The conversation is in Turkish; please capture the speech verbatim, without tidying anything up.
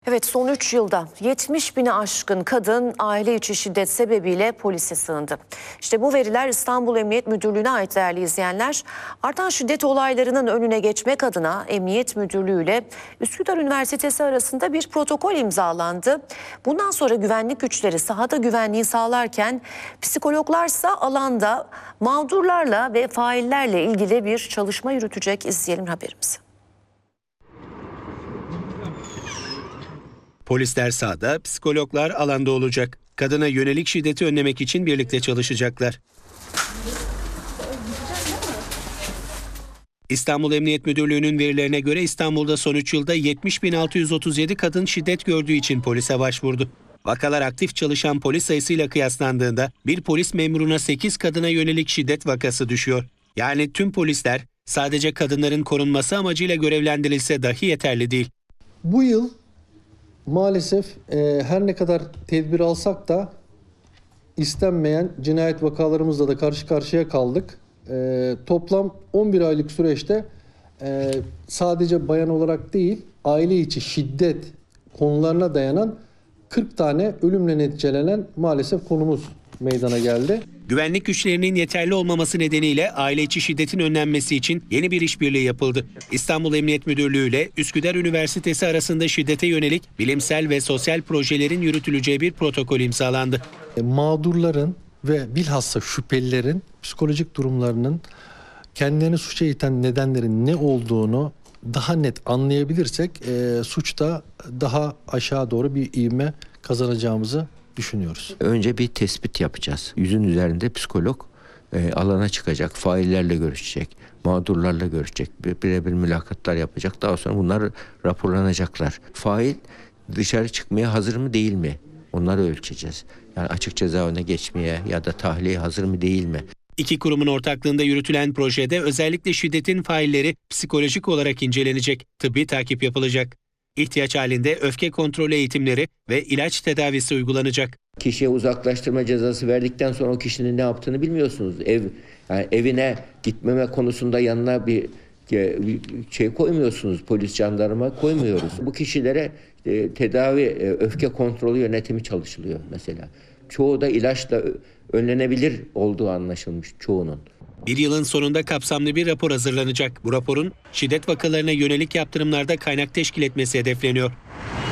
Evet, son üç yılda yetmiş bini aşkın kadın aile içi şiddet sebebiyle polise sığındı. İşte bu veriler İstanbul Emniyet Müdürlüğü'ne ait değerli izleyenler. Artan şiddet olaylarının önüne geçmek adına Emniyet Müdürlüğü ile Üsküdar Üniversitesi arasında bir protokol imzalandı. Bundan sonra güvenlik güçleri sahada güvenliği sağlarken psikologlarsa alanda mağdurlarla ve faillerle ilgili bir çalışma yürütecek. İzleyelim haberimizi. Polisler sahada, psikologlar alanda olacak. Kadına yönelik şiddeti önlemek için birlikte çalışacaklar. İstanbul Emniyet Müdürlüğü'nün verilerine göre İstanbul'da son üç yılda yetmiş bin altı yüz otuz yedi kadın şiddet gördüğü için polise başvurdu. Vakalar aktif çalışan polis sayısıyla kıyaslandığında bir polis memuruna sekiz kadına yönelik şiddet vakası düşüyor. Yani tüm polisler sadece kadınların korunması amacıyla görevlendirilse dahi yeterli değil. Bu yıl maalesef e, her ne kadar tedbir alsak da istenmeyen cinayet vakalarımızla da karşı karşıya kaldık. E, toplam on bir aylık süreçte e, sadece bayan olarak değil, aile içi şiddet konularına dayanan kırk tane ölümle neticelenen maalesef konumuz meydana geldi. Güvenlik güçlerinin yeterli olmaması nedeniyle aile içi şiddetin önlenmesi için yeni bir işbirliği yapıldı. İstanbul Emniyet Müdürlüğü ile Üsküdar Üniversitesi arasında şiddete yönelik bilimsel ve sosyal projelerin yürütüleceği bir protokol imzalandı. E, mağdurların ve bilhassa şüphelilerin psikolojik durumlarının kendilerini suça iten nedenlerin ne olduğunu daha net anlayabilirsek e, suçta daha aşağı doğru bir ivme kazanacağımızı düşünüyoruz. Önce bir tespit yapacağız. Yüzün üzerinde psikolog e, alana çıkacak, faillerle görüşecek, mağdurlarla görüşecek, birebir mülakatlar yapacak. Daha sonra bunlar raporlanacaklar. Fail dışarı çıkmaya hazır mı değil mi? Onları ölçeceğiz. Yani açık cezaevine geçmeye ya da tahliye hazır mı değil mi? İki kurumun ortaklığında yürütülen projede özellikle şiddetin failleri psikolojik olarak incelenecek, tıbbi takip yapılacak. İhtiyaç halinde öfke kontrolü eğitimleri ve ilaç tedavisi uygulanacak. Kişiye uzaklaştırma cezası verdikten sonra o kişinin ne yaptığını bilmiyorsunuz. Ev yani evine gitmeme konusunda yanına bir, bir şey koymuyorsunuz. Polis, jandarma koymuyoruz. Bu kişilere e, tedavi, e, öfke kontrolü yönetimi çalışılıyor mesela. Çoğu da ilaçla önlenebilir olduğu anlaşılmış çoğunun. Bir yılın sonunda kapsamlı bir rapor hazırlanacak. Bu raporun şiddet vakalarına yönelik yaptırımlarda kaynak teşkil etmesi hedefleniyor.